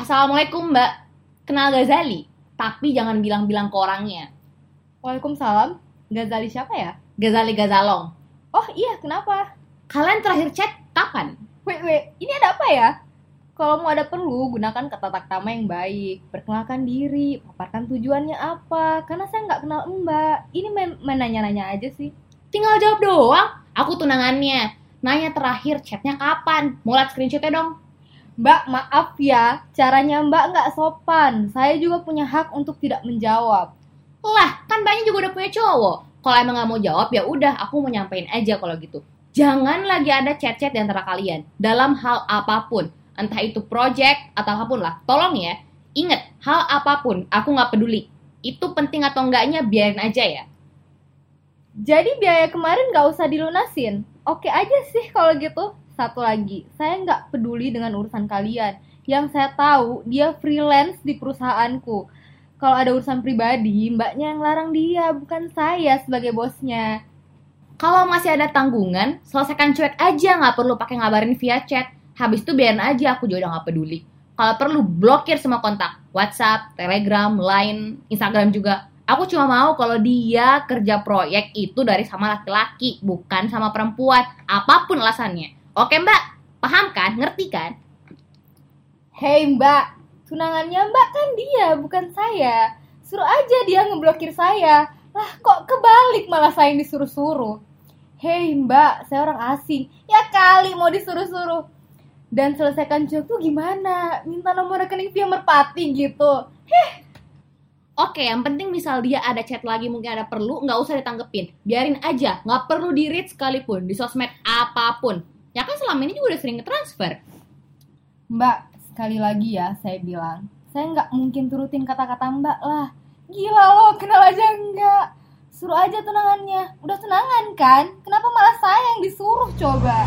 Assalamualaikum Mbak, kenal Ghazali? Tapi jangan bilang-bilang ke orangnya. Waalaikumsalam. Ghazali siapa ya? Ghazali Ghazalong. Oh iya, kenapa? Kalian terakhir chat kapan? Wait, ini ada apa ya? Kalau mau ada perlu, gunakan kata taktama yang baik. Perkenalkan diri, paparkan tujuannya apa. Karena saya nggak kenal Mbak. Ini main nanya-nanya aja sih. Tinggal jawab doang. Aku tunangannya. Nanya terakhir chatnya kapan? Mau liat screenshotnya dong. Mbak, maaf ya. Caranya Mbak nggak sopan. Saya juga punya hak untuk tidak menjawab. Lah, kan Mbaknya juga udah punya cowok. Kalau emang gak mau jawab, ya udah, aku mau nyampein aja kalau gitu. Jangan lagi ada chat-chat di antara kalian. Dalam hal apapun. Entah itu project atau apapun lah. Tolong ya, inget, hal apapun, aku gak peduli. Itu penting atau enggaknya, biarin aja ya. Jadi biaya kemarin nggak usah dilunasin. Oke aja sih kalau gitu. Satu lagi, saya nggak peduli dengan urusan kalian. Yang saya tahu, dia freelance di perusahaanku. Kalau ada urusan pribadi, mbaknya yang larang dia, bukan saya sebagai bosnya. Kalau masih ada tanggungan, selesaikan cuek aja, nggak perlu pakai ngabarin via chat. Habis itu biarin aja, aku juga udah nggak peduli. Kalau perlu blokir semua kontak, WhatsApp, Telegram, Line, Instagram juga. Aku cuma mau kalau dia kerja proyek itu dari sama laki-laki, bukan sama perempuan. Apapun alasannya. Oke Mbak, paham kan? Ngerti kan? Hei mbak, tunangannya mbak kan dia, bukan saya. Suruh aja dia ngeblokir saya. Lah kok kebalik malah saya yang disuruh-suruh. Hei mbak, saya orang asing. Ya kali mau disuruh-suruh. Dan selesaikan cuek tuh gimana? Minta nomor rekening via merpati gitu. Oke, yang penting misal dia ada chat lagi, mungkin ada perlu, nggak usah ditanggepin. Biarin aja, nggak perlu di-read sekalipun, di sosmed apapun. Ya kan selama ini juga udah sering nge-transfer. Mbak, sekali lagi ya saya bilang, saya nggak mungkin turutin kata-kata mbak lah. Gila loh, kenal aja enggak. Suruh aja tunangannya. Udah tunangan kan? Kenapa malah saya yang disuruh coba?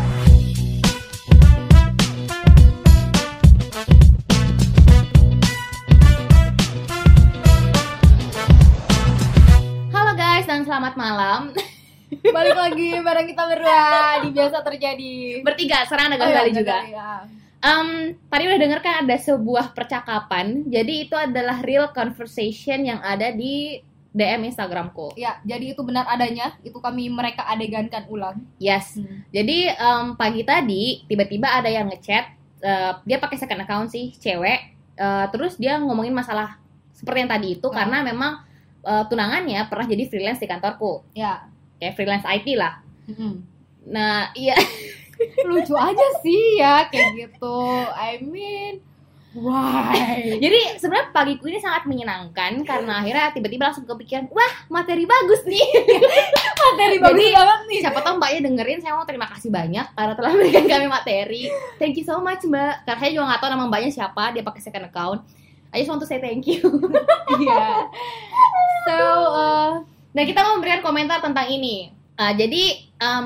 Halo guys, dan selamat malam. Balik lagi bareng kita berdua di Biasa Terjadi. Bertiga, sekarang ada Ghazali juga. Ya. Tadi udah denger kan ada sebuah percakapan. Jadi itu adalah real conversation yang ada di DM Instagramku. Ya, jadi itu benar adanya. Itu kami mereka adegankan ulang. Yes. Jadi pagi tadi tiba-tiba ada yang ngechat. Dia pakai second account sih, cewek. Terus dia ngomongin masalah seperti yang tadi itu karena memang tunangannya pernah jadi freelance di kantorku. Ya. Kayak freelance IT lah. Nah, iya. Lucu aja sih ya kayak gitu. I mean, why? Jadi sebenarnya pagiku ini sangat menyenangkan karena akhirnya tiba-tiba langsung kepikiran, wah materi bagus nih. Materi bagus banget nih. Siapa tahu mbaknya dengerin, saya mau terima kasih banyak karena telah memberikan kami materi. Thank you so much mbak. Karena saya juga nggak tahu nama mbaknya siapa, dia pakai second account. I just want to say thank you. Iya. So, nah kita mau memberikan komentar tentang ini. Jadi,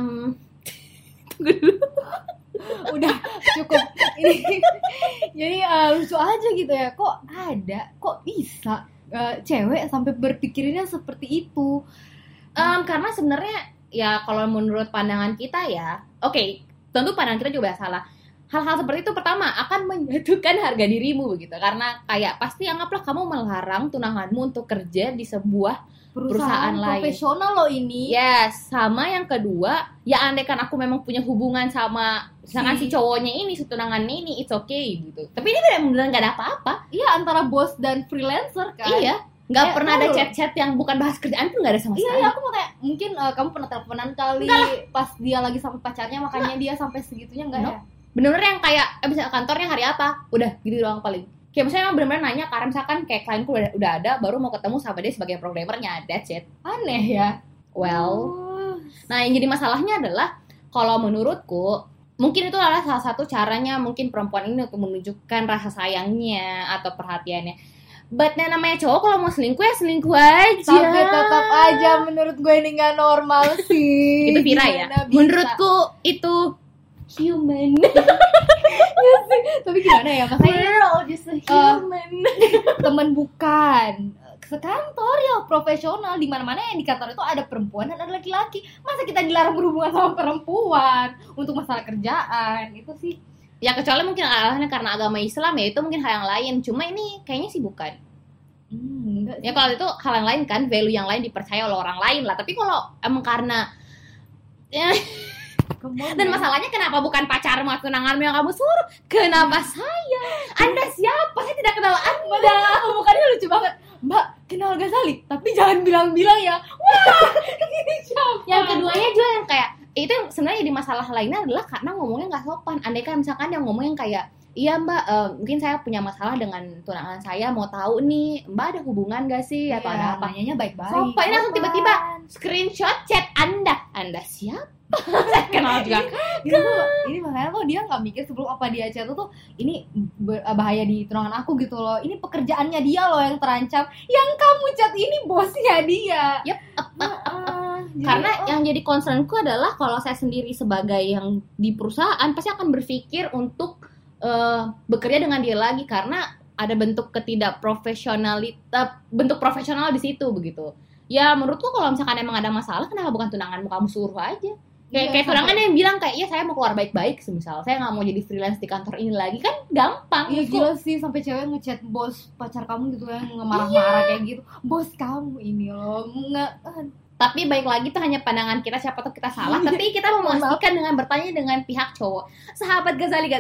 tunggu dulu. udah cukup ini. Jadi lucu aja gitu ya. Kok bisa cewek sampai berpikirannya seperti itu? Karena sebenarnya ya kalau menurut pandangan kita ya, oke, tentu pandangan kita juga salah. Hal-hal seperti itu pertama akan menjatuhkan harga dirimu begitu. Karena kayak pasti anggaplah kamu melarang tunanganmu untuk kerja di sebuah perusahaan lain. Profesional loh ini. Yes, sama yang kedua, ya andaikan aku memang punya hubungan sama misalkan si cowoknya ini, si tunangannya ini, it's okay gitu. Tapi ini benar-benar nggak ada apa-apa. Iya, antara bos dan freelancer kan. Iya, nggak pernah ada chat-chat yang bukan bahas kerjaan pun nggak ada sama sekali. Iya, aku mau tanya, mungkin kamu pernah teleponan kali pas dia lagi sama pacarnya, makanya dia sampai segitunya nggak ya? Bener-bener yang kayak bisa kantornya hari apa, udah gitu doang paling. Kayak misalnya emang bener-bener nanya, karena misalkan kayak klienku udah ada, baru mau ketemu sama dia sebagai programmernya, that's it. Aneh ya. Well, nah yang jadi masalahnya adalah kalau menurutku mungkin itu adalah salah satu caranya mungkin perempuan ini untuk menunjukkan rasa sayangnya atau perhatiannya. But namanya cowok kalau mau selingkuh ya selingkuh aja. Tapi tetap aja menurut gue ini nggak normal sih. Itu Vira ya. Menurutku itu human. Ya sih. Tapi gimana ya? Makanya we're all just a human. Temen bukan. Sekantor ya profesional, di mana-mana yang di kantor itu ada perempuan dan ada laki-laki. Masa kita dilarang berhubungan sama perempuan untuk masalah kerjaan? Itu sih Ya kecuali mungkin alasannya karena agama Islam ya, itu mungkin hal yang lain. Cuma ini kayaknya sih bukan. Enggak sih. Ya kalau itu hal yang lain kan, value yang lain dipercaya oleh orang lain lah. Tapi kalau emang karena ya, dan masalahnya kenapa bukan pacarmu atau tunanganmu yang kamu suruh? Kenapa saya? Anda siapa? Saya tidak kenal Anda. Bukannya lucu banget. Mbak, kenal Ghazali, tapi jangan bilang-bilang ya. Wah, ini siapa? Yang keduanya juga yang kayak itu yang sebenarnya jadi masalah lainnya adalah karena ngomongnya nggak sopan. Andai kan misalkan yang ngomongnya kayak, iya mbak, mungkin saya punya masalah dengan tunangan saya, mau tahu nih mbak ada hubungan gak sih atau ada apa? Nanyanya baik-baik. Sopan, ini langsung tiba-tiba screenshot chat Anda siapa? Saya kenal juga. Ini makanya tuh dia nggak mikir sebelum apa dia chat tuh ini bahaya di tunangan aku gitu loh. Ini pekerjaannya dia loh yang terancam. Yang kamu chat ini bosnya dia. Yep. Karena yang jadi concernku adalah kalau saya sendiri sebagai yang di perusahaan pasti akan berpikir untuk bekerja dengan dia lagi karena ada bentuk bentuk profesional di situ begitu. Ya menurutku kalau misalkan emang ada masalah, kenapa bukan tunanganmu kamu suruh aja? Kayak tunangan yang bilang kayak, iya saya mau keluar baik-baik, semisal saya nggak mau jadi freelance di kantor ini lagi, kan gampang. Iya gila sih, sampai cewek ngechat bos pacar kamu gitu yang ngemarah-marah kayak gitu. Bos kamu ini loh Tapi baik lagi itu hanya pandangan kita, siapa tahu kita salah. Tapi kita mau memastikan dengan bertanya dengan pihak cowok. Sahabat Ghazali,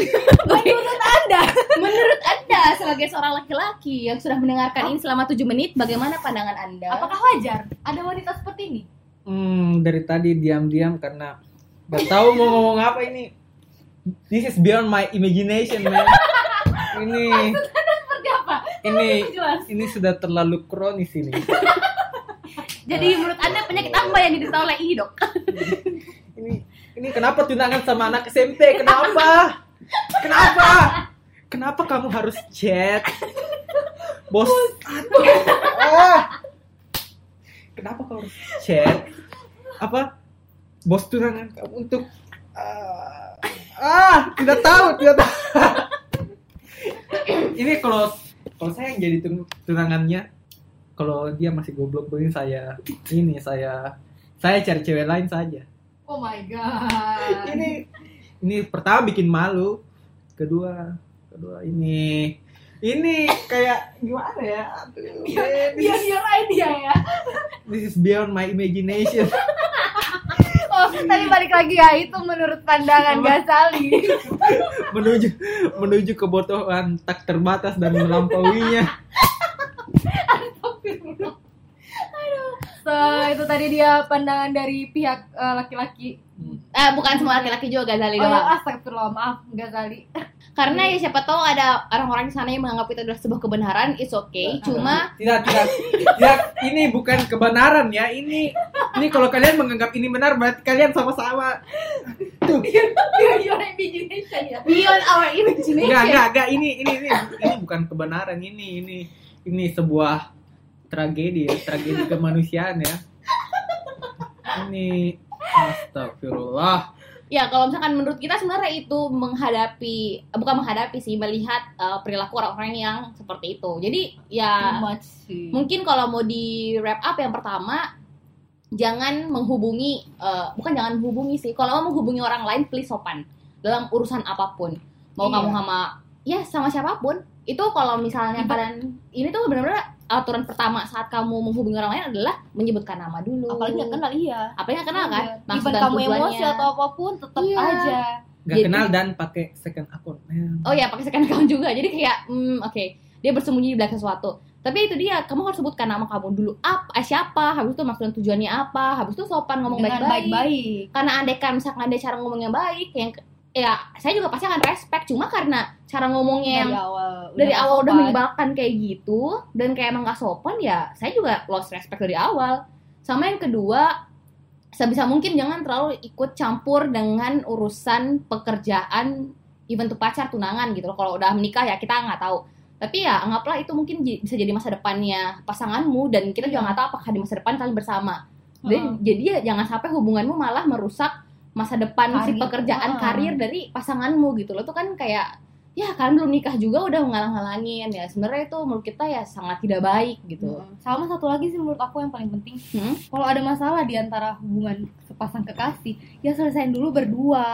menurut Anda sebagai seorang laki-laki yang sudah mendengarkan ini selama 7 menit, bagaimana pandangan Anda? Apakah wajar ada wanita seperti ini? Dari tadi diam-diam karena gak tahu mau ngomong apa ini. This is beyond my imagination, man. Ini Seperti apa? ini sudah terlalu kronis ini. Jadi menurut Anda penyakit apa yang diderita oleh ini, Dok? Ini kenapa tunangan sama anak SMP? Kenapa? Kenapa kamu harus chat? Bos. Kenapa kamu harus chat? Apa? Bos tunangan kamu untuk tidak tahu. Ini kalau saya yang jadi tunangannya, kalau dia masih goblok begini saya cari cewek lain saja. Oh my god. Ini pertama bikin malu, kedua ini kayak gimana ya? Your idea ya. This is beyond my imagination. Oh, tadi balik lagi ya, itu menurut pandangan Ghazali. menuju kebutuhan tak terbatas dan melampauinya. So, itu tadi dia pandangan dari pihak laki-laki. Bukan semua laki-laki juga Ghazali Oh, doang. astagfirullah, maaf Ghazali. Karena ya siapa tahu ada orang-orang di sana yang menganggap itu adalah sebuah kebenaran, it's okay. Cuma Tidak, ini bukan kebenaran ya. Ini kalau kalian menganggap ini benar berarti kalian sama-sama. Tuh. Your imagination ya. beyond our imagination. Enggak. Ini bukan kebenaran. Ini sebuah tragedi kemanusiaan ya. Ini astagfirullah. Ya kalau misalkan menurut kita sebenarnya itu bukan menghadapi sih, melihat perilaku orang-orang yang seperti itu. Jadi ya mungkin kalau mau di wrap up yang pertama, jangan menghubungi kalau mau menghubungi orang lain please sopan dalam urusan apapun. Mau kamu sama siapapun. Itu kalau misalnya kalian ini tuh benar-benar aturan pertama saat kamu menghubungi orang lain adalah menyebutkan nama dulu. Apalagi nggak kenal, Apalagi nggak kenal kan? Maksud Even dan kamu tujuannya. emosi atau apapun tetap aja. Gak kenal dan pakai second account. Oh ya, pakai second account juga. Jadi kayak oke. Dia bersembunyi di belakang sesuatu. Tapi itu dia, kamu harus sebutkan nama kamu dulu. Siapa? Habis itu maksud dan tujuannya apa? Habis itu sopan ngomong Dengan baik-baik. Karena andaikan misalkan ada cara ngomong yang baik, ya saya juga pasti akan respect. Cuma karena cara ngomongnya dari awal udah menyebalkan kayak gitu dan kayak emang gak sopan, ya saya juga lost respect dari awal. Sama yang kedua, sebisa mungkin jangan terlalu ikut campur dengan urusan pekerjaan, even tuh pacar, tunangan gitu loh. Kalau udah menikah ya kita nggak tahu. Tapi ya anggaplah itu mungkin bisa jadi masa depannya pasanganmu, dan kita juga nggak tahu apakah di masa depan kalian bersama. Jadi ya jangan sampai hubunganmu malah merusak masa depan si pekerjaan karir dari pasanganmu gitu loh. Itu kan kayak ya kalian belum nikah juga udah ngalang-ngalangin. Ya sebenarnya itu menurut kita ya sangat tidak baik gitu. Sama satu lagi sih menurut aku yang paling penting, kalau ada masalah di antara hubungan sepasang kekasih, ya selesain dulu berdua.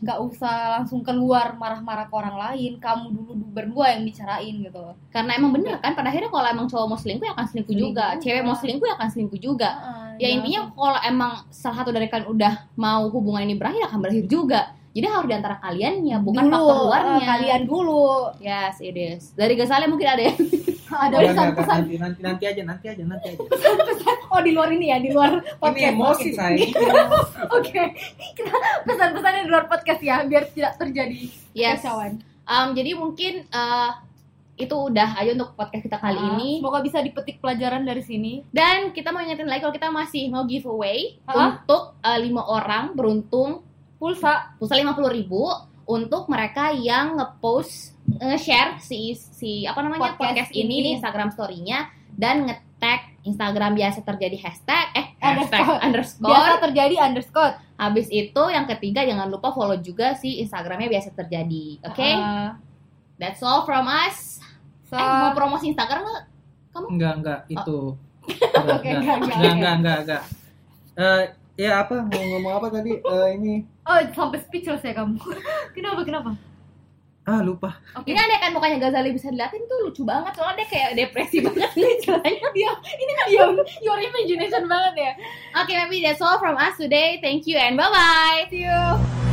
nggak usah langsung keluar marah-marah ke orang lain. Kamu dulu berdua yang bicarain gitu. Karena emang bener kan, pada akhirnya kalau emang cowok mau selingkuh ya akan selingkuh juga, cewek mau selingkuh ya akan selingkuh juga. Ya intinya kalau emang salah satu dari kalian udah mau hubungan ini berakhir akan berakhir juga. Jadi harus diantara kaliannya, bukan dulu, faktor luarnya. kalian dulu. Yes, it is. Dari Ghazali mungkin ada ya? Ada Enggak, pesan-pesan. nanti aja. Oh di luar ini ya, di luar Ini podcast. emosi Oke. saya. Oke, kita pesan-pesannya di luar podcast ya, biar tidak terjadi Yes. kekacauan. Jadi mungkin itu udah aja untuk podcast kita kali ini. Semoga bisa dipetik pelajaran dari sini. Dan kita mau ingetin lagi kalau kita masih mau giveaway Hah? untuk 5 orang beruntung Pulsa. 50.000 untuk mereka yang nge-post, nge-share si apa namanya podcast ini di Instagram story-nya dan nge-tag Instagram biasa terjadi hashtag Biasa terjadi _. Habis itu yang ketiga jangan lupa follow juga si Instagramnya biasa terjadi. Oke? That's all from us. Mau promosi Instagram nggak? Enggak, itu. Oke, enggak. Ya apa mau ngomong apa tadi? Ini Oh, sampai speechless ya kamu. Kenapa? lupa. Ini ada kan mukanya Ghazali bisa dilihatin tuh lucu banget soalnya dia kayak depresi banget nih ceritanya dia. Ini kan your imagination banget ya. Oke, maybe that's all from us today. Thank you and bye-bye. See you.